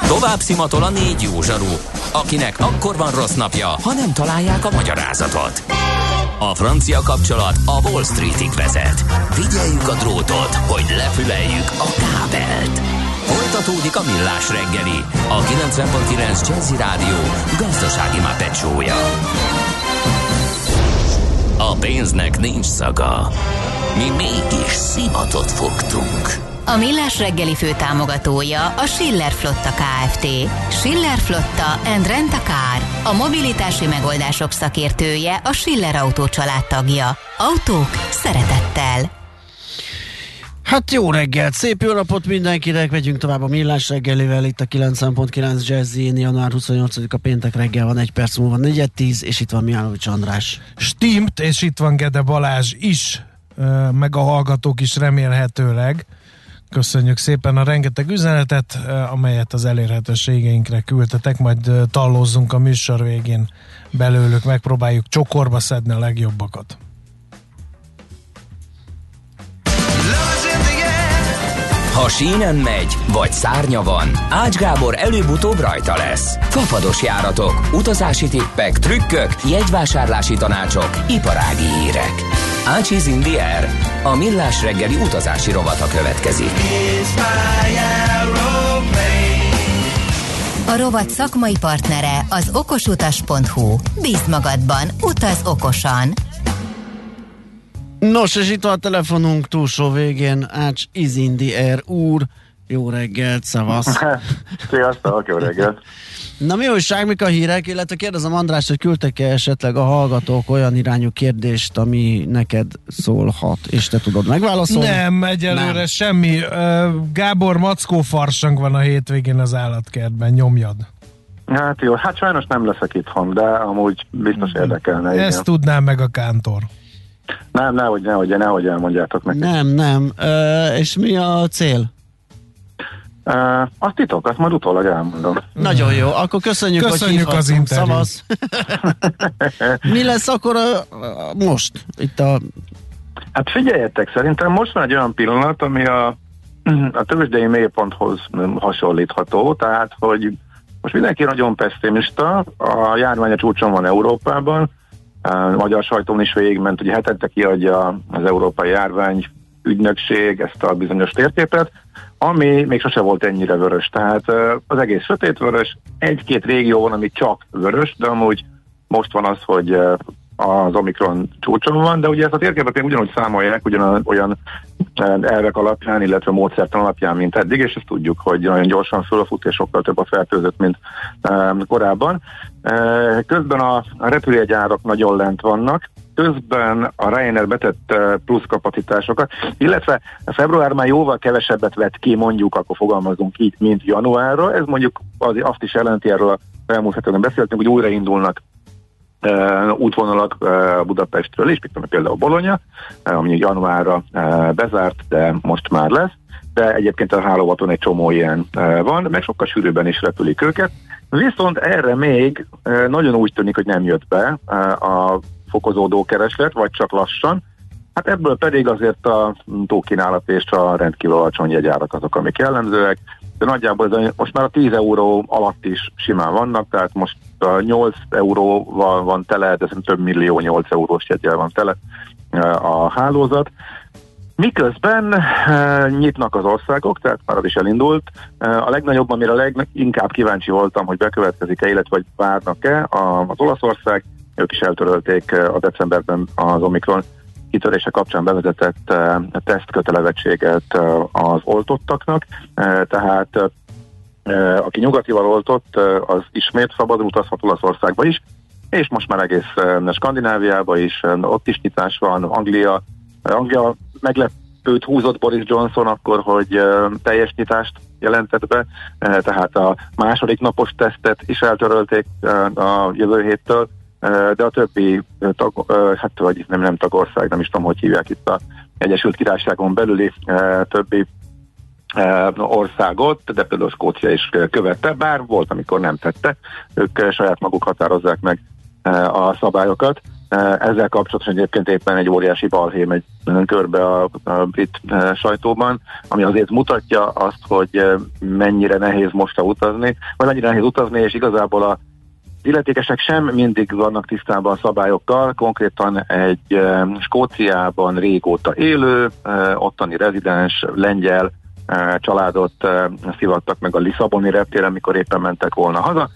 Tovább szimatol a 4 jó zsaru, akinek akkor van rossz napja, ha nem találják a magyarázatot. A francia kapcsolat a Wall Streetig vezet. Figyeljük a drótot, hogy lefüleljük a kábelt. Folytatódik a Millás reggeli, a 90.9 Jazzy Rádió gazdasági Muppet show-ja. A pénznek nincs szaga. Mi mégis szimatot fogtunk. A Millás reggeli főtámogatója a Schiller Flotta Kft. Schiller Flotta and Rent a Car. A mobilitási megoldások szakértője, a Schiller Autó család tagja. Autók szeretettel. Hát jó reggelt, szép jó napot mindenkinek, megyünk tovább a Millás reggelivel, itt a 90.9 Jazzy, január 28-a péntek reggel van, 1 perc múlva 4:10, és itt van Mihálovics András. Stimmt, és itt van Gede Balázs is, meg a hallgatók is remélhetőleg. Köszönjük szépen a rengeteg üzenetet, amelyet az elérhetőségeinkre küldtetek, majd tallózzunk a műsor végén belőlük, megpróbáljuk csokorba szedni a legjobbakat. Ha sínen megy, vagy szárnya van, Ács Gábor előbb-utóbb rajta lesz. Fafados járatok, utazási tippek, trükkök, jegyvásárlási tanácsok, iparági hírek. Ácsiz in the air. A Millás reggeli utazási rovata következik. A rovat szakmai partnere az okosutas.hu. Bízd magadban, utaz okosan! Nos, és itt van a telefonunk túlsó végén, Ács is in the air úr. Jó reggelt, szavasz! Sziasztok, jó reggelt! Na mi újság, mik a hírek, illetve kérdezem András, hogy küldtek-e esetleg a hallgatók olyan irányú kérdést, ami neked szólhat, és te tudod megválaszolni? Nem, egyelőre nem. Semmi. Gábor, mackó farsang van a hétvégén az állatkertben, nyomjad. Hát jó, hát sajnos nem leszek itthon, de amúgy biztos érdekelne. Ezt igen. Tudnám meg a kántor. Nem, nehogy elmondjátok nekem. Nem. És mi a cél? Azt titok, azt majd utólag elmondom. Nagyon jó, akkor köszönjük hogy hívhattunk. Az interjút. Szavasz. Mi lesz akkor most? Itt Hát figyeljetek, szerintem most van egy olyan pillanat, ami a tőzsdei mélyponthoz hasonlítható, tehát, hogy most mindenki nagyon pessimista, a járvány a csúcson van Európában, a magyar sajtón is végigment, ugye hetente kiadja az Európai Járvány ügynökség ezt a bizonyos térképet, ami még sose volt ennyire vörös. Tehát az egész sötétvörös, 1-2 régió van, ami csak vörös, de amúgy most van az, hogy az Omikron csúcson van, de ugye ezt a térképet még ugyanúgy számolják, olyan elvek alapján, illetve módszertan alapján, mint eddig, és ezt tudjuk, hogy nagyon gyorsan fölfut, és sokkal több a fertőzött, mint korábban. Közben a repülőjegyárak nagyon lent vannak, közben a Ryanair betett plusz kapacitásokat, illetve a február már jóval kevesebbet vett ki, mondjuk, akkor fogalmazunk így, mint januárra. Ez mondjuk azt is jelenti, erről a elmúlt hetekben beszéltünk, hogy újraindulnak útvonalak Budapestről is, például Bologna, ami januárra bezárt, de most már lesz, de egyébként a hálózaton egy csomó ilyen van, meg sokkal sűrűbben is repülik őket. Viszont erre még nagyon úgy tűnik, hogy nem jött be a fokozódó kereslet, vagy csak lassan. Hát ebből pedig azért a túlkínálat és a rendkívül alacsony jegyárak azok, amik jellemzőek, de nagyjából most már a 10 euró alatt is simán vannak, tehát most 8 euróval van tele, de több millió 8 eurós jeggyel van tele a hálózat. Miközben nyitnak az országok, tehát már az is elindult. A legnagyobb, amire leginkább kíváncsi voltam, hogy bekövetkezik-e, illetve hogy várnak-e, az Olaszország. Ők is eltörölték a decemberben az Omikron kitörése kapcsán bevezetett tesztkötelezettséget az oltottaknak, tehát aki nyugatival oltott, az ismét szabadon utazhat Olaszországba is, és most már egész Skandináviába is, ott is nyitás van, Anglia meglepőt húzott Boris Johnson akkor, hogy teljes nyitást jelentett be, tehát a második napos tesztet is eltörölték a jövő héttől, de a többi vagy nem tagország, nem is tudom, hogy hívják itt a Egyesült Királyságon belüli többi országot, de például Skócia is követte, bár volt, amikor nem tette, ők saját maguk határozzák meg a szabályokat. Ezzel kapcsolatosan egyébként éppen egy óriási balhé megy körbe a brit sajtóban, ami azért mutatja azt, hogy mennyire nehéz most utazni, vagy mennyire nehéz utazni, és igazából az illetékesek sem mindig vannak tisztában a szabályokkal. Konkrétan egy Skóciában régóta élő, ottani rezidens lengyel családot szivattak meg a Lisszaboni reptéren, mikor éppen mentek volna haza.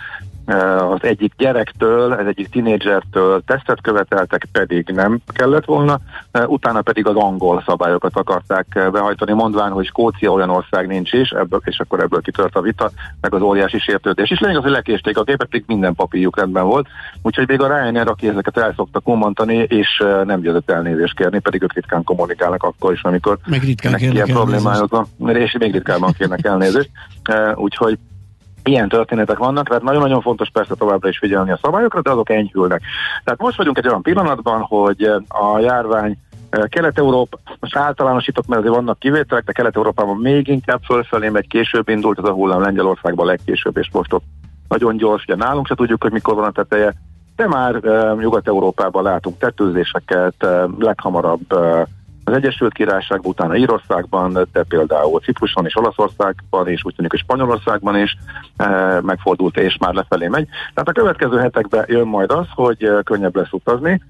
Az egyik gyerektől, az egyik tinédzsertől tesztet követeltek, pedig nem kellett volna, utána pedig az angol szabályokat akarták behajtani, mondván, hogy Skócia olyan ország nincs is, és akkor ebből kitört a vita, meg az óriási sértődés. És lényeg az, hogy lekésték a gépet, pedig minden papírjuk rendben volt, úgyhogy még a Ryanair, aki ezeket el szokta kommentani, és nem győzött elnézést kérni, pedig ők ritkán kommunikálnak akkor is, amikor ilyen problémájuk van, és még ritkábban kérnek elnézést. Úgyhogy ilyen történetek vannak, tehát nagyon-nagyon fontos persze továbbra is figyelni a szabályokra, de azok enyhülnek. Tehát most vagyunk egy olyan pillanatban, hogy a járvány Kelet-Európa, most általánosítok, mert azért vannak kivételek, de Kelet-Európában még inkább fölfelé megy, később indult ez a hullám, Lengyelországban legkésőbb, és most ott nagyon gyors, ugye nálunk se tudjuk, hogy mikor van a teteje, de már Nyugat-Európában látunk tetőzéseket, leghamarabb az Egyesült Királyságban, utána Írországban, de például Cipruson és Olaszországban, és úgy tűnik, hogy Spanyolországban is megfordult, és már lefelé megy. Tehát a következő hetekben jön majd az, hogy könnyebb lesz utazni,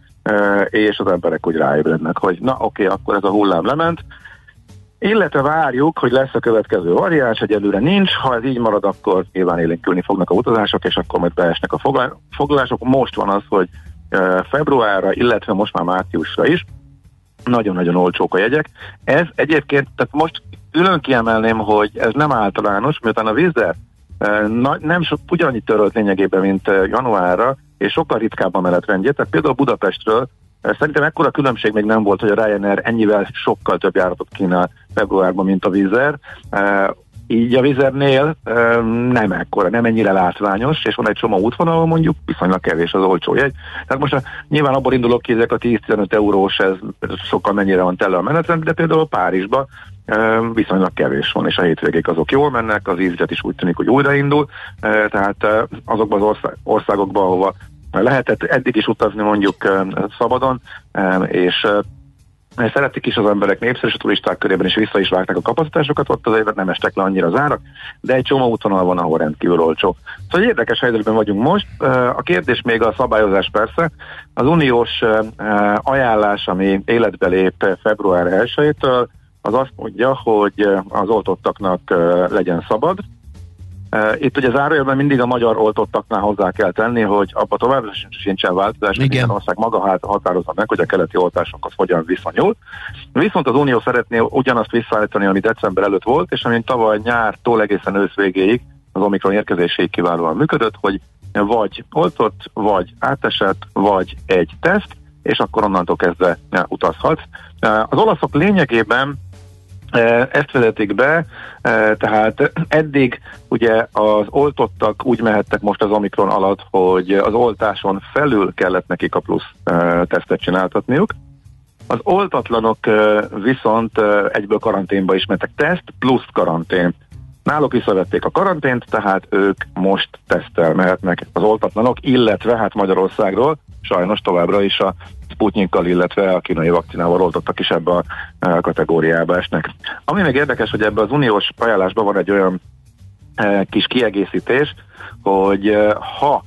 és az emberek úgy ráébrednek, hogy na oké, akkor ez a hullám lement, illetve várjuk, hogy lesz a következő variáns, egyelőre nincs, ha ez így marad, akkor nyilván élénkülni fognak a utazások, és akkor majd beesnek a foglalások. Most van az, hogy februárra, illetve most már márciusra is nagyon-nagyon olcsók a jegyek. Ez egyébként, tehát most külön kiemelném, hogy ez nem általános, miután a Wizz Air nem ugyanannyit törölt lényegében, mint januárra, és sokkal ritkább a menetrendje. Tehát például Budapestről szerintem ekkora különbség még nem volt, hogy a Ryanair ennyivel sokkal több járatot kínál februárban, mint a Wizz Air. Így a Wizz Airnél nem ekkora, nem ennyire látványos, és van egy csomó útvonal, mondjuk viszonylag kevés az olcsó jegy. Tehát most nyilván abból indulok ki, ezek a 10-15 eurós, ez sokkal mennyire van tele a menetrend, de például Párizsba viszonylag kevés van, és a hétvégék azok jól mennek, az EasyJet is úgy tűnik, hogy újraindul, tehát azokban az országokban, ahova lehetett eddig is utazni mondjuk szabadon, és szeretik is az emberek, népszerűs a turisták körében, és vissza is vágták a kapacitásokat, ott azért nem estek le annyira az árak, de egy csomó útvonal van, ahol rendkívül olcsó. Szóval érdekes helyzetben vagyunk most. A kérdés még a szabályozás persze. Az uniós ajánlás, ami életbe lép február 1-től, az azt mondja, hogy az oltottaknak legyen szabad. Itt ugye zárójelben mindig a magyar oltottaknál hozzá kell tenni, hogy abba továbbra sincsen változás, minden ország maga határozza meg, hogy a keleti oltásokhoz hogyan viszonyul. Viszont az Unió szeretné ugyanazt visszaállítani, ami december előtt volt, és ami tavaly nyártól egészen ősz végéig az Omikron érkezéséig kiválóan működött, hogy vagy oltott, vagy átesett, vagy egy teszt, és akkor onnantól kezdve utazhatsz. Az olaszok lényegében ezt vezetik be, tehát eddig ugye az oltottak úgy mehettek most az Omikron alatt, hogy az oltáson felül kellett nekik a plusz tesztet csináltatniuk. Az oltatlanok viszont egyből karanténba is mentek, teszt plusz karantén. Náluk visszavették a karantént, tehát ők most teszttel mehetnek az oltatlanok, illetve hát Magyarországról sajnos továbbra is a Sputnikkal, illetve a kínai vakcinával oltottak is ebbe a kategóriába esnek. Ami még érdekes, hogy ebben az uniós ajánlásban van egy olyan kis kiegészítés, hogy ha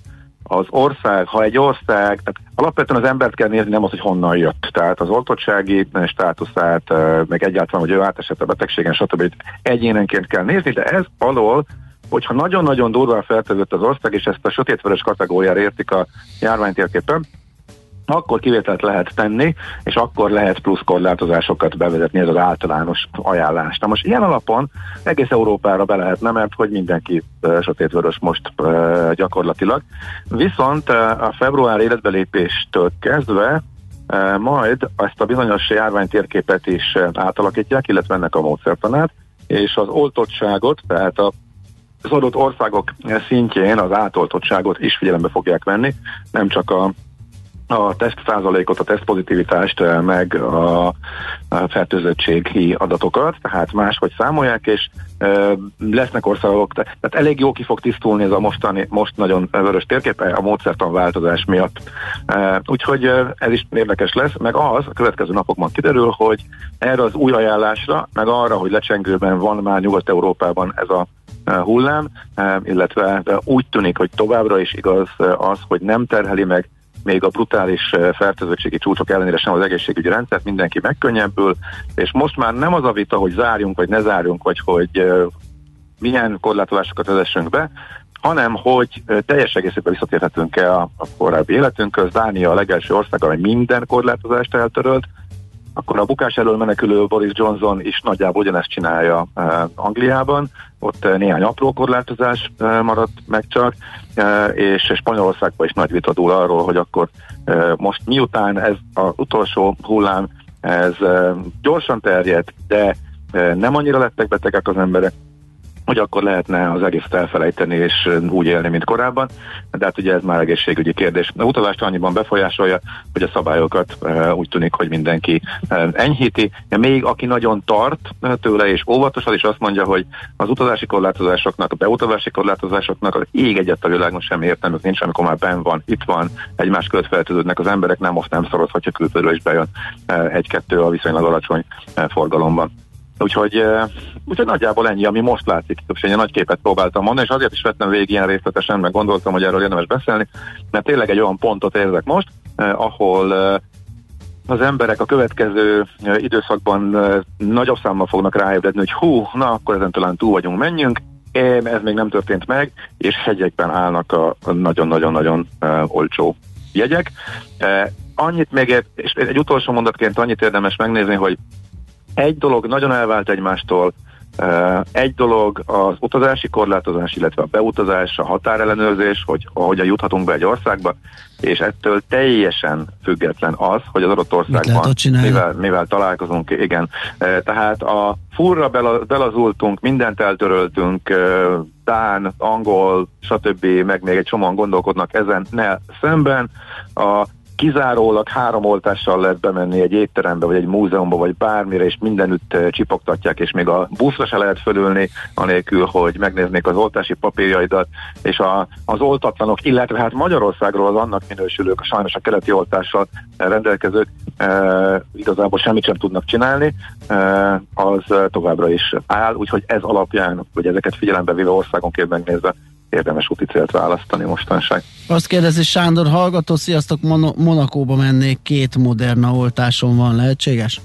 egy ország, tehát alapvetően az embert kell nézni, nem az, hogy honnan jött. Tehát az oltottsági státuszát, meg egyáltalán, hogy ő átesett a betegségen, stb. Egyénenként kell nézni, de ez alól, hogyha nagyon-nagyon durván feltevődött az ország, és ezt a sötétvörös kategóriára értik a járványtérképen, akkor kivételt lehet tenni, és akkor lehet plusz korlátozásokat bevezetni, ez az általános ajánlás. Na most ilyen alapon egész Európára be lehetne, mert hogy mindenki sötétvörös most gyakorlatilag. Viszont a február életbelépéstől kezdve majd ezt a bizonyos járványtérképet is átalakítják, illetve ennek a módszertanát, és az oltottságot, tehát az adott országok szintjén az átoltottságot is figyelembe fogják venni, nem csak a a tesztszázalékot, a tesztpozitivitást, meg a fertőzöttségi adatokat, tehát máshogy számolják, és lesznek országok, tehát elég jó ki fog tisztulni ez a most nagyon vörös térkép a módszertan változás miatt. Úgyhogy ez is érdekes lesz, meg a következő napokban kiderül, hogy erre az új ajánlásra, meg arra, hogy lecsengőben van már Nyugat-Európában ez a hullám, illetve úgy tűnik, hogy továbbra is igaz az, hogy nem terheli meg még a brutális fertőzöttségi csúcsok ellenére sem az egészségügyi rendszert, mindenki megkönnyebbül, és most már nem az a vita, hogy zárjunk, vagy ne zárjunk, vagy hogy milyen korlátozásokat vezessünk be, hanem hogy teljes egészében visszatérhetünk-e a korábbi életünkhöz. Dánia a legelső ország, amely minden korlátozást eltörölt, akkor a bukás elől menekülő Boris Johnson is nagyjából ugyanezt csinálja Angliában, ott néhány apró korlátozás maradt meg csak, és Spanyolországban is nagy vita dúl arról, hogy akkor most miután ez az utolsó hullám, ez gyorsan terjedt, de nem annyira lettek betegek az emberek, hogy akkor lehetne az egészet elfelejteni és úgy élni, mint korábban, de hát ugye ez már egészségügyi kérdés. A utazást annyiban befolyásolja, hogy a szabályokat úgy tűnik, hogy mindenki enyhíti. Még aki nagyon tart tőle és óvatosan is azt mondja, hogy az utazási korlátozásoknak, a beutazási korlátozásoknak az ég egyet a világon sem értelmük nincs, amikor már benn van, itt van, egymás közt fertőződnek az emberek, nem most nem szoroz, hogyha külföldről is bejön egy-kettő a viszonylag alacsony forgalomban. Úgyhogy nagyjából ennyi, ami most látszik. Többségen nagy képet próbáltam mondani, és azért is vettem végig ilyen részletesen, meg gondoltam, hogy erről érdemes beszélni, mert tényleg egy olyan pontot érzek most, ahol az emberek a következő időszakban nagyobb számmal fognak ráébredni, hogy na akkor ezen talán túl vagyunk, menjünk. Ez még nem történt meg, és hegyekben állnak a nagyon-nagyon-nagyon olcsó jegyek. Annyit még, és egy utolsó mondatként annyit érdemes megnézni, hogy egy dolog nagyon elvált egymástól, egy dolog az utazási korlátozás, illetve a beutazás, a határellenőrzés, hogy hogyan juthatunk be egy országba, és ettől teljesen független az, hogy az adott országban mivel találkozunk. Igen. Tehát a furra belazultunk, mindent eltöröltünk, dán, angol, stb. Meg még egy csomóan gondolkodnak ezen szemben. Kizárólag 3 oltással lehet bemenni egy étterembe, vagy egy múzeumba, vagy bármire, és mindenütt csipogtatják, és még a buszra se lehet fölülni, anélkül, hogy megnéznék az oltási papírjaidat, és az oltatlanok, illetve hát Magyarországról az annak minősülők, sajnos a keleti oltással rendelkezők igazából semmit sem tudnak csinálni, az továbbra is áll, úgyhogy ez alapján, hogy ezeket figyelembe véve országonként megnézve, érdemes úti célt választani mostanság. Azt kérdezi Sándor hallgató, sziasztok, Monakóba mennék, 2 Moderna oltáson van, lehetséges?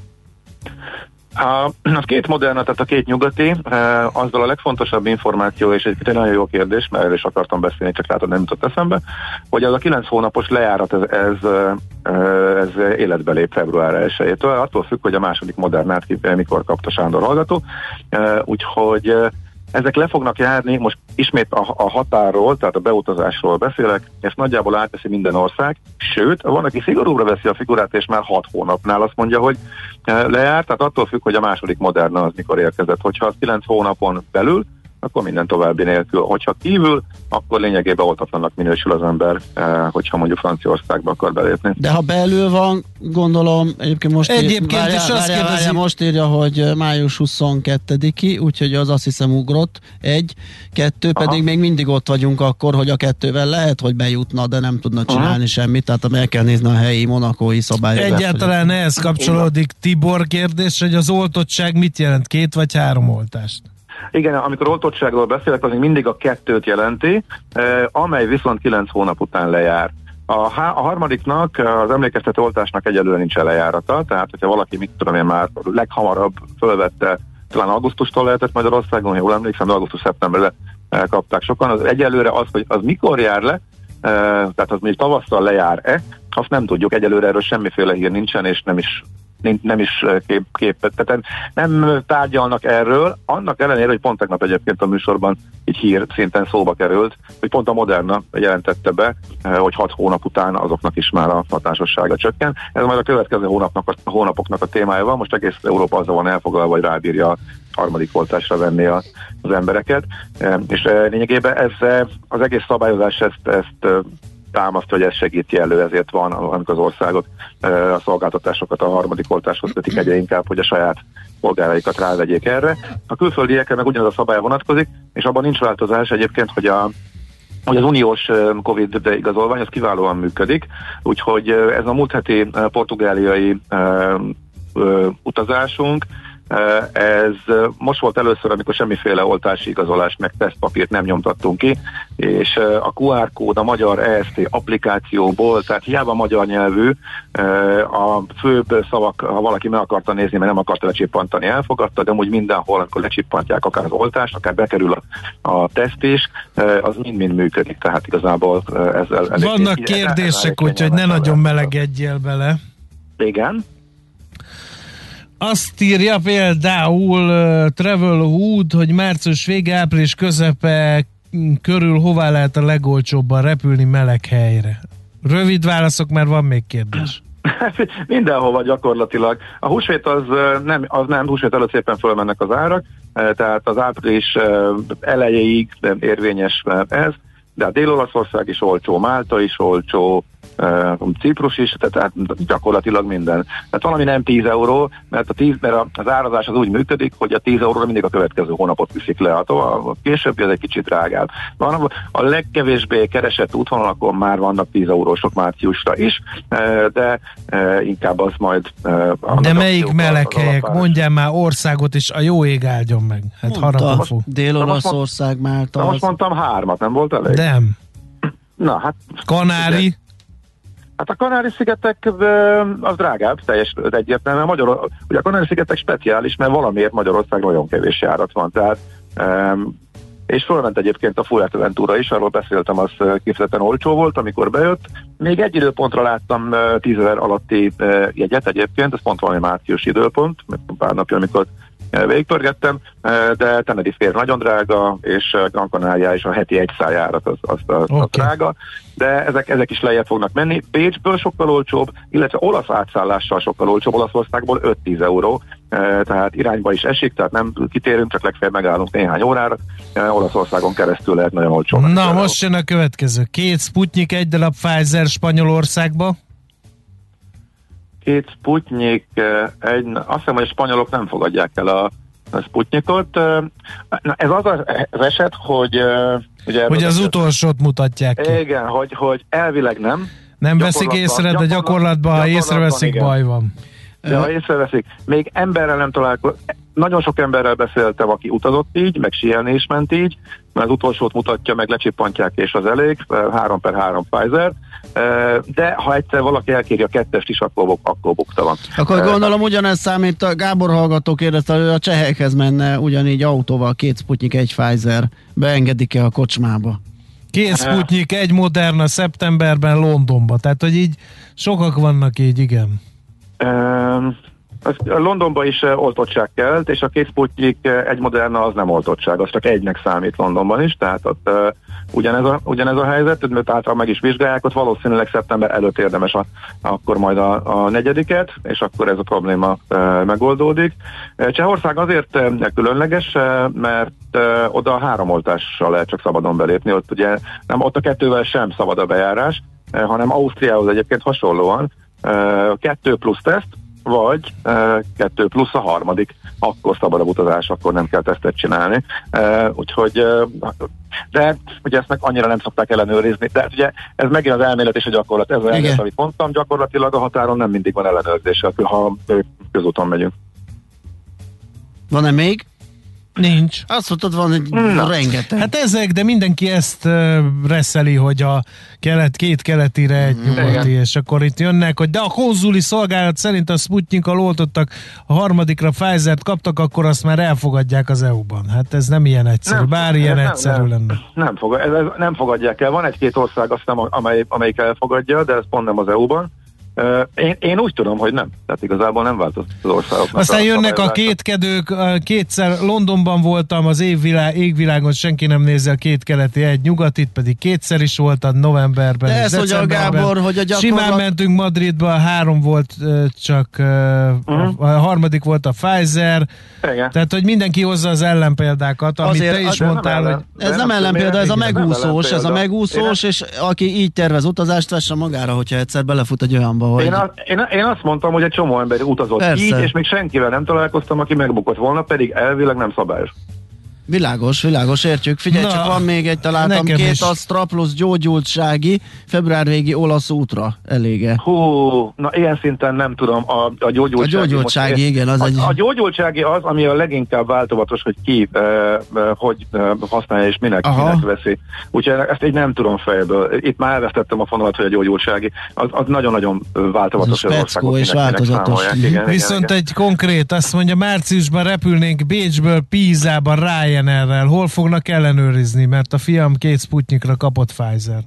Az 2 Moderna, tehát a 2 nyugati, azzal a legfontosabb információ, és egy nagyon jó kérdés, mert erről is akartam beszélni, csak látod, nem jutott eszembe, hogy az a 9 hónapos lejárat, ez életbe lép február 1-től, attól függ, hogy a második Modernát mikor kapta Sándor hallgató, úgyhogy ezek le fognak járni, most ismét a határról, tehát a beutazásról beszélek, ezt nagyjából átveszi minden ország, sőt, van, aki szigorúra veszi a figurát, és már 6 hónapnál azt mondja, hogy lejár, tehát attól függ, hogy a második Moderna az mikor érkezett. Hogyha az 9 hónapon belül, akkor minden további nélkül. Hogyha kívül, akkor lényegében oltatlannak minősül az ember, hogyha mondjuk Franciaországba akar belépni. De ha belül van, gondolom, egyébként most írja, hogy május 22-i, úgyhogy az azt hiszem ugrott. 1, 2, pedig még mindig ott vagyunk akkor, hogy a 2-vel lehet, hogy bejutna, de nem tudna csinálni semmit, tehát el kell nézni a helyi monakói szabályokat. Egyáltalán ehhez kapcsolódik Tibor kérdés, hogy az oltottság mit jelent, 2 vagy 3 oltást? Igen, amikor oltottságról beszélek, az még mindig a 2-t jelenti, amely viszont 9 hónap után lejár. A harmadiknak, az emlékeztető oltásnak egyelőre nincs lejárata, tehát hogyha valaki, mit tudom én, már leghamarabb fölvette, talán augusztustól lehetett Magyarországon, jól emlékszem, augusztus-szeptemberben kapták sokan, az egyelőre az, hogy az mikor jár le, tehát az még tavasszal lejár-e, azt nem tudjuk, egyelőre erről semmiféle hír nincsen, és nem is tehát nem tárgyalnak erről, annak ellenére, hogy pont tegnap egyébként a műsorban így hír szinten szóba került, hogy pont a Moderna jelentette be, hogy 6 hónap után azoknak is már a hatásossága csökken. Ez majd a következő hónapoknak a témája van, most egész Európa azzal van elfoglalva, hogy rábírja a harmadik oltásra venni az embereket, és lényegében ez az egész szabályozás ezt támasztja, hogy ez segíti elő, ezért van, amikor az országok a szolgáltatásokat a harmadik oltáshoz kötik egyre inkább, hogy a saját polgáraikat rávegyék erre. A külföldiekre meg ugyanaz a szabály vonatkozik, és abban nincs változás egyébként, hogy az uniós Covid igazolvány az kiválóan működik, úgyhogy ez a múlt heti portugáliai utazásunk, ez most volt először, amikor semmiféle oltási igazolást meg tesztpapírt nem nyomtattunk ki, és a QR kód a magyar EST applikációból, tehát hiába magyar nyelvű, a főbb szavak, ha valaki meg akarta nézni, mert nem akarta lecsippantani, elfogadta, de amúgy mindenhol, amikor lecsippantják akár az oltást, akár bekerül a teszt is, az mind-mind működik, tehát igazából ezzel... Vannak kérdések, úgyhogy ne nagyon melegedjél bele. Igen. Azt írja például Travelwood, hogy március vége, április közepe körül hová lehet a legolcsóbban repülni meleg helyre? Rövid válaszok, mert van még kérdés. Mindenhova gyakorlatilag. A húsvét az nem, húsvét előtt szépen fölmennek az árak, tehát az április elejéig érvényes ez, de a Dél-Olaszország is olcsó, Málta is olcsó, Ciprus is, tehát gyakorlatilag minden. Tehát valami nem 10 euró, mert az árazás az úgy működik, hogy a 10 euróra mindig a következő hónapot viszik le. A későbbi az egy kicsit drágább. A legkevésbé keresett útvonalakon már vannak 10 eurósok márciusra is, de inkább az majd... De melyik meleg helyek? Mondjál már országot is, a jó ég áldjon meg. Hát harapafó. Dél-Olaszország, Málta. Most mondtam 3, nem volt elég? Nem. Na, hát... Kanári? Hát a Kanári-szigetek az drágább, teljesen egyértelműen. Ugye a Kanári-szigetek speciális, mert valamiért Magyarország nagyon kevés járat van. Tehát, és fölment egyébként a Fuerteventura is, arról beszéltem, az kifejezetten olcsó volt, amikor bejött. Még egy időpontra láttam 10 000 alatti jegyet egyébként, ez pont valami március időpont, pár napja, amikor végigpörgettem, de Tenerife nagyon drága, és Gran Canaria is a heti egy szájárat az drága, de ezek is lejjebb fognak menni. Bécsből sokkal olcsóbb, illetve olasz átszállással sokkal olcsóbb, Olaszországból 5-10 euró, tehát irányba is esik, tehát nem kitérünk, csak legfeljebb megállunk néhány órára, Olaszországon keresztül lehet nagyon olcsó. Na, most jön a következő. 2 Sputnik, 1 darab Pfizer Spanyolországba. 2 Sputnik, azt hiszem, hogy a spanyolok nem fogadják el a Sputnikot. Na, ez az eset, hogy... Hogy az utolsót mutatják ki. Igen, hogy elvileg nem. Nem veszik észre, de gyakorlatban, ha észreveszik, baj van. De ha észreveszik, még emberrel nem találkozom. Nagyon sok emberrel beszéltem, aki utazott így, meg síelni is ment így, mert az utolsót mutatja, meg lecsippantják, és az elég, 3/3 Pfizer, de ha egyszer valaki elkéri a 2-est is, akkor bukta van. Akkor gondolom ugyanez számít, a Gábor hallgató kérdezte, hogy a csehekhez menne ugyanígy autóval 2 Sputnik, 1 Pfizer, beengedik-e a kocsmába? 2 Sputnik, 1 Moderna szeptemberben Londonba, tehát hogy így sokak vannak így, igen. Londonban is oltottság kelt, és a 2 Sputnik, 1 Moderna az nem oltottság, az csak 1-nek számít Londonban is, tehát ott ugyanez a helyzet, mert általában meg is vizsgálják, ott valószínűleg szeptember előtt érdemes akkor majd a 4-et, és akkor ez a probléma megoldódik. Csehország azért különleges, mert oda 3 oltással lehet csak szabadon belépni, ott ugye nem, ott a 2-vel sem szabad a bejárás, hanem Ausztriához egyébként hasonlóan 2 plusz teszt, vagy 2 plusz a 3, akkor szabad a utazás, akkor nem kell tesztet csinálni. Úgyhogy, de ugye ezt meg annyira nem szokták ellenőrizni, de ugye ez megint az elmélet és a gyakorlat. Ez az elmélet, amit mondtam, gyakorlatilag a határon nem mindig van ellenőrzés, ha közúton megyünk. Van-e még? Nincs. Azt mondtad, van egy rengeteg. Hát ezek, de mindenki ezt reszeli, hogy a két keletire egy nyugati, és akkor itt jönnek, hogy de a konzuli szolgálat szerint a Sputnikkal oltottak, a 3-ra Pfizert kaptak, akkor azt már elfogadják az EU-ban. Hát ez nem ilyen egyszerű, bár ilyen egyszerű lenne. Nem fogadják el. Van 1-2 ország, azt hiszem, amelyik elfogadja, de ez pont nem az EU-ban. Én úgy tudom, hogy nem. Tehát igazából nem változott az országoknak. Aztán jönnek a kétkedők, kétszer Londonban voltam, az égvilágon senki nem nézi a két keleti, egy nyugatit, pedig kétszer is voltad novemberben. De ez, hogy a Gábor, hogy a gyakorlat... Simán mentünk Madridba, 3 volt csak, a harmadik volt a Pfizer. Igen. Tehát, hogy mindenki hozza az ellenpéldákat, amit azért, te is mondtál, hogy... Ez nem ellenpélda, ez a megúszós, és aki így tervez utazást, vesse magára, hogyha egyszer belefut egy olyanba, hogy... Én azt mondtam, hogy egy csomó ember utazott persze. így, és még senkivel nem találkoztam, aki megbukott volna, pedig elvileg nem szabályos. Világos, értjük. Figyelj, csak van még egy, találtam 2 Astra plusz gyógyultsági február végi olasz útra elége. Hú, na ilyen szinten nem tudom, a gyógyultsági. Igen, az egy... A gyógyultsági az, ami a leginkább változatos, hogy ki, hogy használja és minek veszi. Úgyhogy ezt így nem tudom fejből. Itt már elvesztettem a fonalat, hogy a gyógyultsági. Az nagyon-nagyon változatos az országok. És változatos. Igen, viszont egy konkrét, azt mondja, márciusban repülnénk Bécsből Pízába Ryanairrel. Hol fognak ellenőrizni? Mert a fiam 2 Sputnikra kapott Pfizer.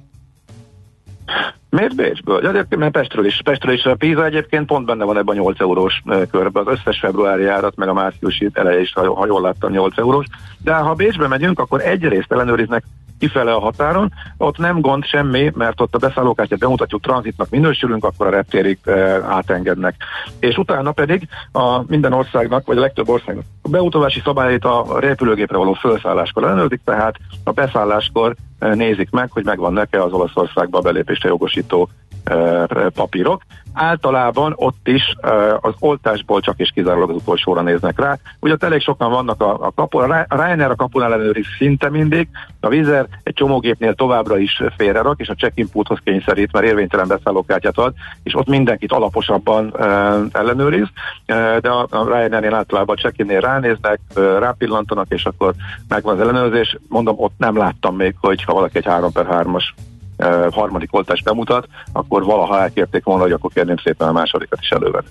Miért Bécsből? Mert Pestről is. A Pisa egyébként pont benne van ebben a 8 eurós körben. Az összes februári árat, meg a márciusi eleje is, ha jól láttam, 8 eurós. De ha Bécsbe megyünk, akkor egyrészt ellenőriznek kifele a határon, ott nem gond semmi, mert ott a beszállókártyát bemutatjuk, tranzitnak minősülünk, akkor a reptérig átengednek. És utána pedig minden országnak, vagy a legtöbb országnak a beutazási szabályait a repülőgépre való felszálláskor ellenőrzik, tehát a beszálláskor nézik meg, hogy megvannak-e az Olaszországba belépésre jogosító papírok. Általában ott is az oltásból csak és kizárólag az utolsóra néznek rá. Ugye elég sokan vannak a kapun, a Ryanair a kapunál ellenőriz szinte mindig, a Wizz Air egy csomógépnél továbbra is félrerak, és a check-in pulthoz kényszerít, mert érvénytelen beszállókártyát ad, és ott mindenkit alaposabban ellenőriz, de a Ryanairnél általában a check-innél ránéznek, rápillantanak, és akkor megvan az ellenőrzés. Mondom, ott nem láttam még, hogy ha valaki egy 3x3-as harmadik oltást bemutat, akkor valaha elkérték volna, hogy akkor kérném szépen a másodikat is elővenni.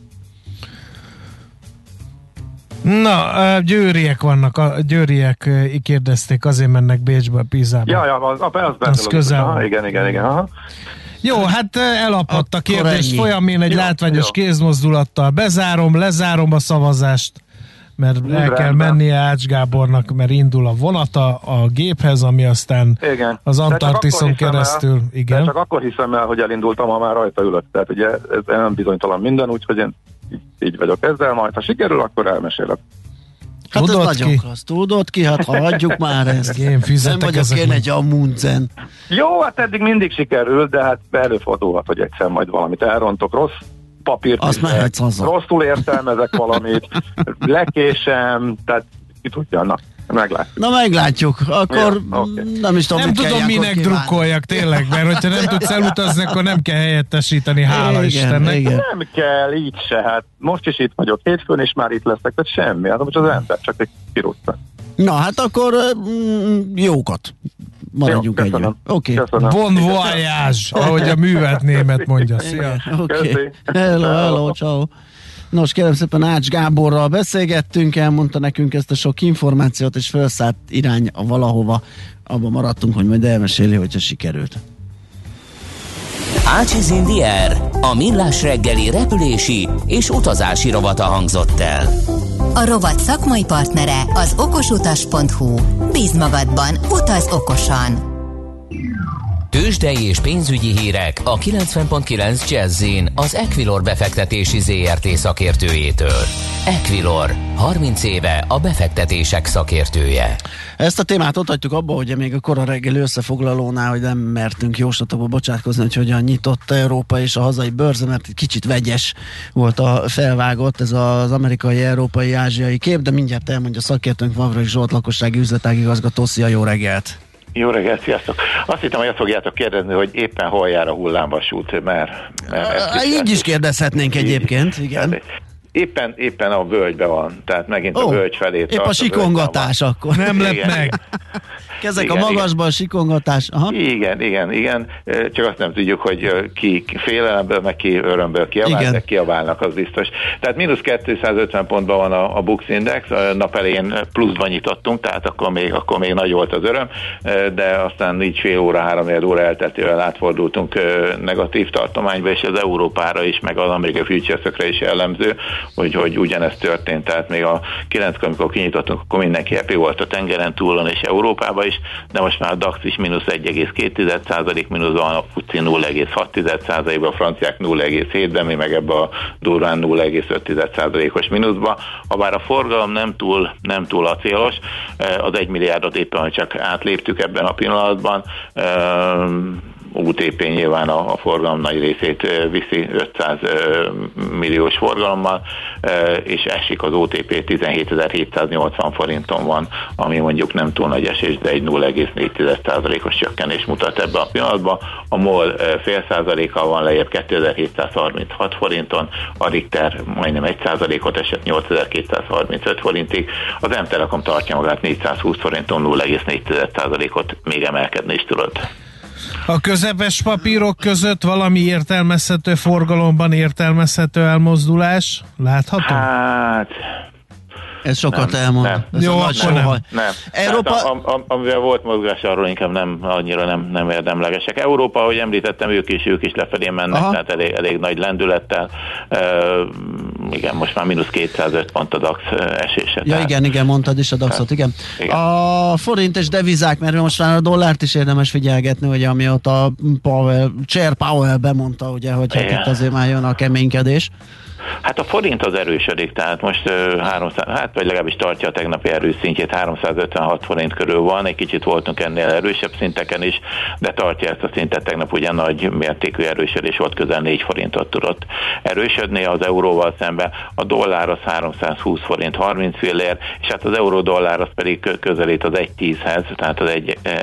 Na, győriek vannak, győriek kérdezték, azért mennek Bécsbe a Pízába. Az közel. Igen. Aha. Jó, hát elapadt a kérdés, ennyi. folyamén egy látványos kézmozdulattal bezárom, lezárom a szavazást, mert el kell mennie Ács Gábornak, mert indul a vonata a géphez, ami aztán az Antarktiszon keresztül. De csak akkor hiszem el, hogy elindultam, ha már rajta ülök. Tehát ugye ez nem bizonytalan minden, úgyhogy én így vagyok ezzel, majd ha sikerül, akkor elmesélek. Hát ez nagyon klassz. Tudod ki, hát ha hagyjuk már ezt. Én fizetek, nem vagyok én egy Amundsen. Jó, hát eddig mindig sikerül, de hát előfordulhat, hogy egyszer majd valamit elrontok, rossz papírt, rosszul értelmezek valamit, lekésem, tehát ki tudja, meglátjuk. Akkor nem is tudom, nem tudom, minek drukkoljak tényleg, mert hogyha nem tudsz elutazni, akkor nem kell helyettesíteni, hála Istennek. Igen. Nem kell, így se, hát most is itt vagyok, hétfőn is már itt leszek, tehát semmi, hát most az ember csak egy kirúgta. Na, hát akkor jókat. Maradjunk együtt. Oké. Bon voyage, ahogy a művelt német mondja. Szia. Oké. Hello, ciao. Nos, kérem szépen, Ács Gáborral beszélgettünk, elmondta nekünk ezt a sok információt, és felszállt irány valahova. Abban maradtunk, hogy majd elmeséli, hogyha sikerült. Ácsiz in the Air, a millás reggeli repülési és utazási rovata hangzott el. A rovat szakmai partnere az okosutas.hu. Bízd magadban, utazz okosan! Tőzsdei és pénzügyi hírek a 90.9 Jazz-in az Equilor befektetési ZRT szakértőjétől. Equilor, 30 éve a befektetések szakértője. Ezt a témát ott hagytuk abba, hogy még a kora reggeli összefoglalónál, hogy nem mertünk jóslatokba bocsátkozni, hogy hogyan nyitott Európa és a hazai bőrze, mert egy kicsit vegyes volt a felvágott ez az amerikai, európai, ázsiai kép, de mindjárt elmondja szakértőnk, Vavrolyk Zsolt, lakossági üzletágigazgató. Szia, jó reggelt! Jó reggelt, sziasztok! Azt hittem, hogy azt fogjátok kérdezni, hogy éppen hol jár a hullámvasút, mert így is kérdezhetnénk egyébként, igen. Éppen a völgyben van, tehát megint a völgy felé tart. Épp a sikongatás akkor. Nem lep meg. Kezek a magasban, a sikongatás. Aha. Igen. Csak azt nem tudjuk, hogy ki félelemből, meg ki örömből kiabál, de kiabálnak, az biztos. Tehát mínusz 250 pontban van a Bux Index, nap elején pluszban nyitottunk, tehát akkor még nagy volt az öröm, de aztán így fél óra, 3 óra elteltével átfordultunk negatív tartományba, és az Európára is, meg az amerikai futuresekre is jellemző, hogy ugyanezt történt. Tehát még a 9-kor, amikor kinyitottunk, akkor mindenki happy volt a tengeren túlon és Európában is, de most már a DAX is mínusz 1,2% mínuszban, a FTSE 0,6%-ban, a franciák 0,7-ben, mi meg ebbe a durván 0,5%-os mínuszba. Habár a forgalom nem túl acélos, az 1 milliárdot éppen csak átléptük ebben a pillanatban, UTP nyilván a forgalom nagy részét viszi 500 milliós forgalommal, és esik az OTP 17.780 forinton van, ami mondjuk nem túl nagy esés, de egy 0,4%-os csökkenés mutat ebbe a pillanatban. A MOL fél százalékkal van lejjebb 2736 forinton, a Richter majdnem 1%-ot esett 8235 forintig, az M-Telekom tartja magát 420 forinton, 0,4%-ot még emelkedni is tudod. A közepes papírok között valami értelmezhető forgalomban értelmezhető elmozdulás látható? Hát... Ez sokat elmond. Nem. Jó, akkor nem. Európa... Hát, amivel volt mozgás, arról inkább annyira nem érdemlegesek. Európa, ahogy említettem, ők is lefelé mennek, tehát elég nagy lendülettel. Igen, most már mínusz 205 pont a DAX esése. Ja, igen, mondtad is a DAX-ot, igen. A forint és devizák, mert most már a dollárt is érdemes figyelgetni, ugye, amióta Chair Powell bemondta, ugye, hogy hát itt azért már jön a keménykedés. Hát a forint az erősödik, tehát most 300, vagy legalábbis tartja a tegnapi erőszintjét, 356 forint körül van, egy kicsit voltunk ennél erősebb szinteken is, de tartja ezt a szintet. Tegnap ugye nagy mértékű erősödés volt, közel 4 forintot tudott erősödni az euróval szemben, a dollár az 320 forint 30 fillér, és hát az euró-dollár az pedig közelít az 1.10-hez, tehát az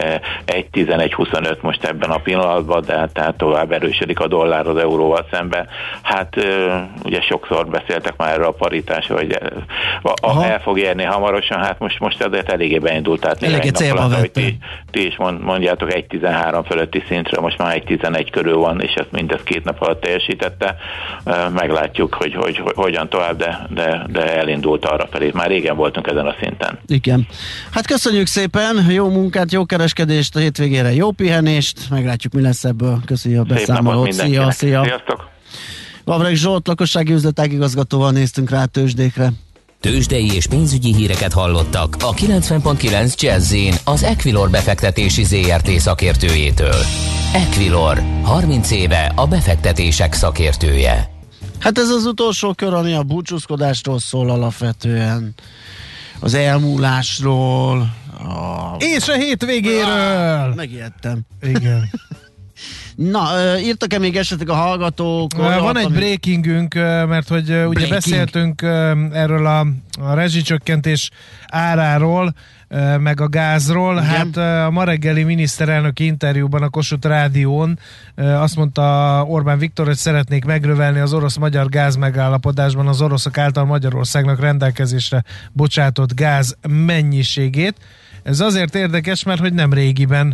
1.11-25 most ebben a pillanatban, de tehát tovább erősödik a dollár az euróval szemben. Hát ugye sokszor beszéltek már erről a paritásról, hogy el fog érni hamarosan, hát most azért eléggé beindult, tehát eléggé célba hogy ti is mondjátok 1.13 fölötti szintre, most már 1.11 körül van, és ezt mindez 2 nap alatt teljesítette. Meglátjuk, hogy hogyan tovább, de elindult arra felé. Már régen voltunk ezen a szinten. Igen. Hát köszönjük szépen, jó munkát, jó kereskedést, a hétvégére jó pihenést, meglátjuk, mi lesz ebből. Köszönjük a beszámolót. Szia. Sziasztok! Vavreg Zsolt, lakossági üzletágigazgatóval néztünk rá a tőzsdékre. Tőzsdei és pénzügyi híreket hallottak a 90.9 Jazz-in az Equilor befektetési ZRT szakértőjétől. Equilor, 30 éve a befektetések szakértője. Hát ez az utolsó kör, ami a búcsúzkodásról szól alapvetően, az elmúlásról, és a hétvégéről! Megijedtem. Igen. Na, írtak-e még esetleg a hallgatók? Van egy breakingünk, mert hogy ugye beszéltünk erről a rezsicsökkentés áráról, meg a gázról. Igen. Hát a ma reggeli miniszterelnöki interjúban a Kossuth Rádión azt mondta Orbán Viktor, hogy szeretnék megnövelni az orosz-magyar gázmegállapodásban az oroszok által Magyarországnak rendelkezésre bocsátott gáz mennyiségét. Ez azért érdekes, mert hogy nem régiben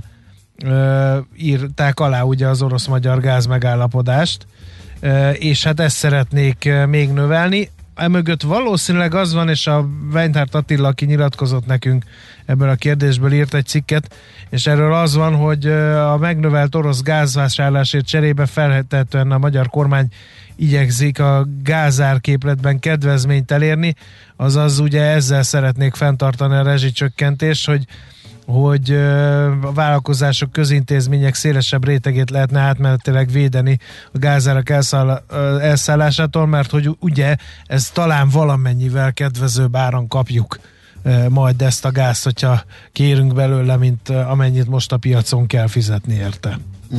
írták alá ugye az orosz-magyar gázmegállapodást, és hát ezt szeretnék még növelni. Emögött valószínűleg az van, és a Weinhardt Attila, aki nyilatkozott nekünk ebből a kérdésből, írt egy cikket, és erről az van, hogy a megnövelt orosz gázvásárlásért cserébe feltétlenül a magyar kormány igyekszik a gázárképletben kedvezményt elérni, azaz ugye ezzel szeretnék fenntartani a rezsicsökkentést, hogy a vállalkozások, közintézmények szélesebb rétegét lehetne átmenetileg védeni a gázárak elszállásától, mert hogy ugye ez talán valamennyivel kedvezőbb áron kapjuk majd ezt a gázt, hogyha kérünk belőle, mint amennyit most a piacon kell fizetni érte.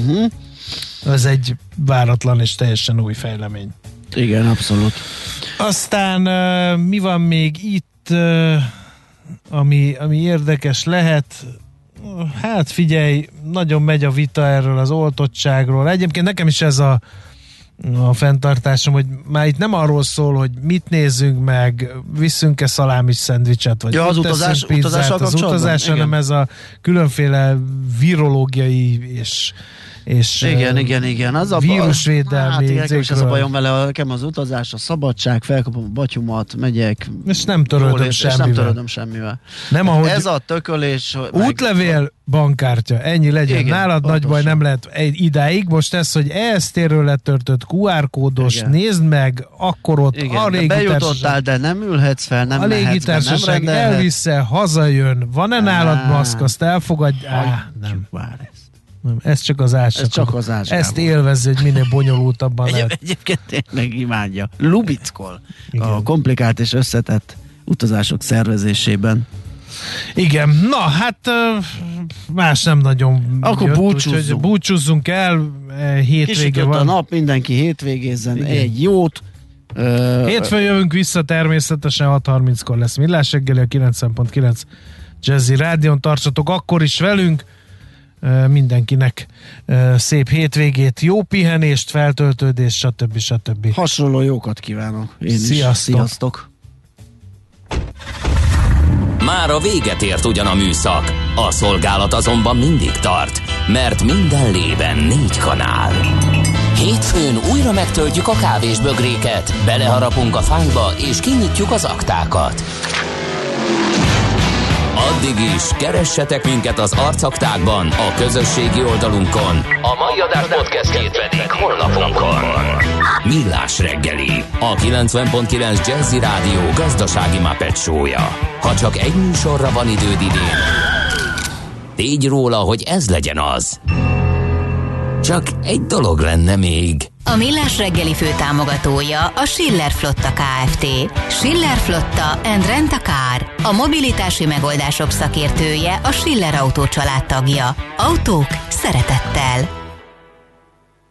Ez egy váratlan és teljesen új fejlemény. Igen, abszolút. Aztán mi van még itt, ami érdekes lehet? Hát figyelj, nagyon megy a vita erről az oltottságról. Egyébként nekem is ez a fenntartásom, hogy már itt nem arról szól, hogy mit nézzünk meg, viszünk-e szalámis szendvicset, vagy az pizzát, az utazás, hanem ez a különféle virológiai és igen. Az vírusvédelmi és ez a bajom vele, nekem az utazás, a szabadság, felkapom a batyumat, megyek. És nem törődöm semmivel. Nem, ahogy ez a tökölés. Útlevél, bankkártya, ennyi legyen. Igen, nálad pontosan. Nagy baj nem lehet idáig. Most ez, hogy EST-ről letöltött QR kódos, igen. Nézd meg, akkor ott igen, a légitársaság. Bejutottál, de nem ülhetsz fel, nem mehetsz. A légitársaság elvisze, hazajön, van-e nálad maszk, azt elfogadj. Nem. Nem, ez csak az ás. Ezt élvezze, hogy minél bonyolultabban lehet. Egyébként tényleg imádja. Lubickol a komplikált és összetett utazások szervezésében. Igen, na hát más nem nagyon akkor jött, búcsúzzunk el, hétvége van. A nap, mindenki hétvégézzen egy jót. Hétfőn jövünk vissza, természetesen 6:30-kor lesz Millás reggeli, a 90.9 Jazzy Rádion, tartsatok akkor is velünk. Mindenkinek szép hétvégét, jó pihenést, feltöltődést, stb. Hasonló jókat kívánok. Én Sziasztok! Már a véget ért ugyan a műszak, a szolgálat azonban mindig tart, mert minden lében 4 kanál. Hétfőn újra megtöltjük a kávésbögréket, beleharapunk a fányba és kinyitjuk az aktákat. Addig is keressetek minket az arcaktákban, a közösségi oldalunkon. A mai adás podcastjét pedig honlapunkon. Millás reggeli, a 90.9 Jazzy Rádió gazdasági Muppet show-ja. Ha csak egy műsorra van időd idén, tégy róla, hogy ez legyen az. Csak egy dolog lenne még. A Millás reggeli főtámogatója a Schiller Flotta Kft. Schiller Flotta and Rent a Car. A mobilitási megoldások szakértője, a Schiller Autó család tagja. Autók szeretettel.